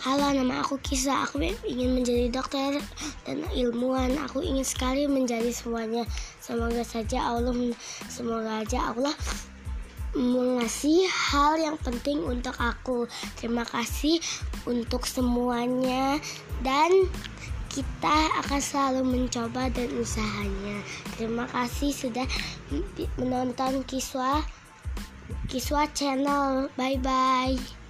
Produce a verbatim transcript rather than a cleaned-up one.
Halo, nama aku Kisah. Aku ingin menjadi dokter dan ilmuwan. Aku ingin sekali menjadi semuanya. Semoga saja Allah, semoga aja Allah mengasih hal yang penting untuk aku. Terima kasih untuk semuanya, dan kita akan selalu mencoba dan usahanya. Terima kasih sudah menonton Kiswah Kiswah Channel. Bye bye.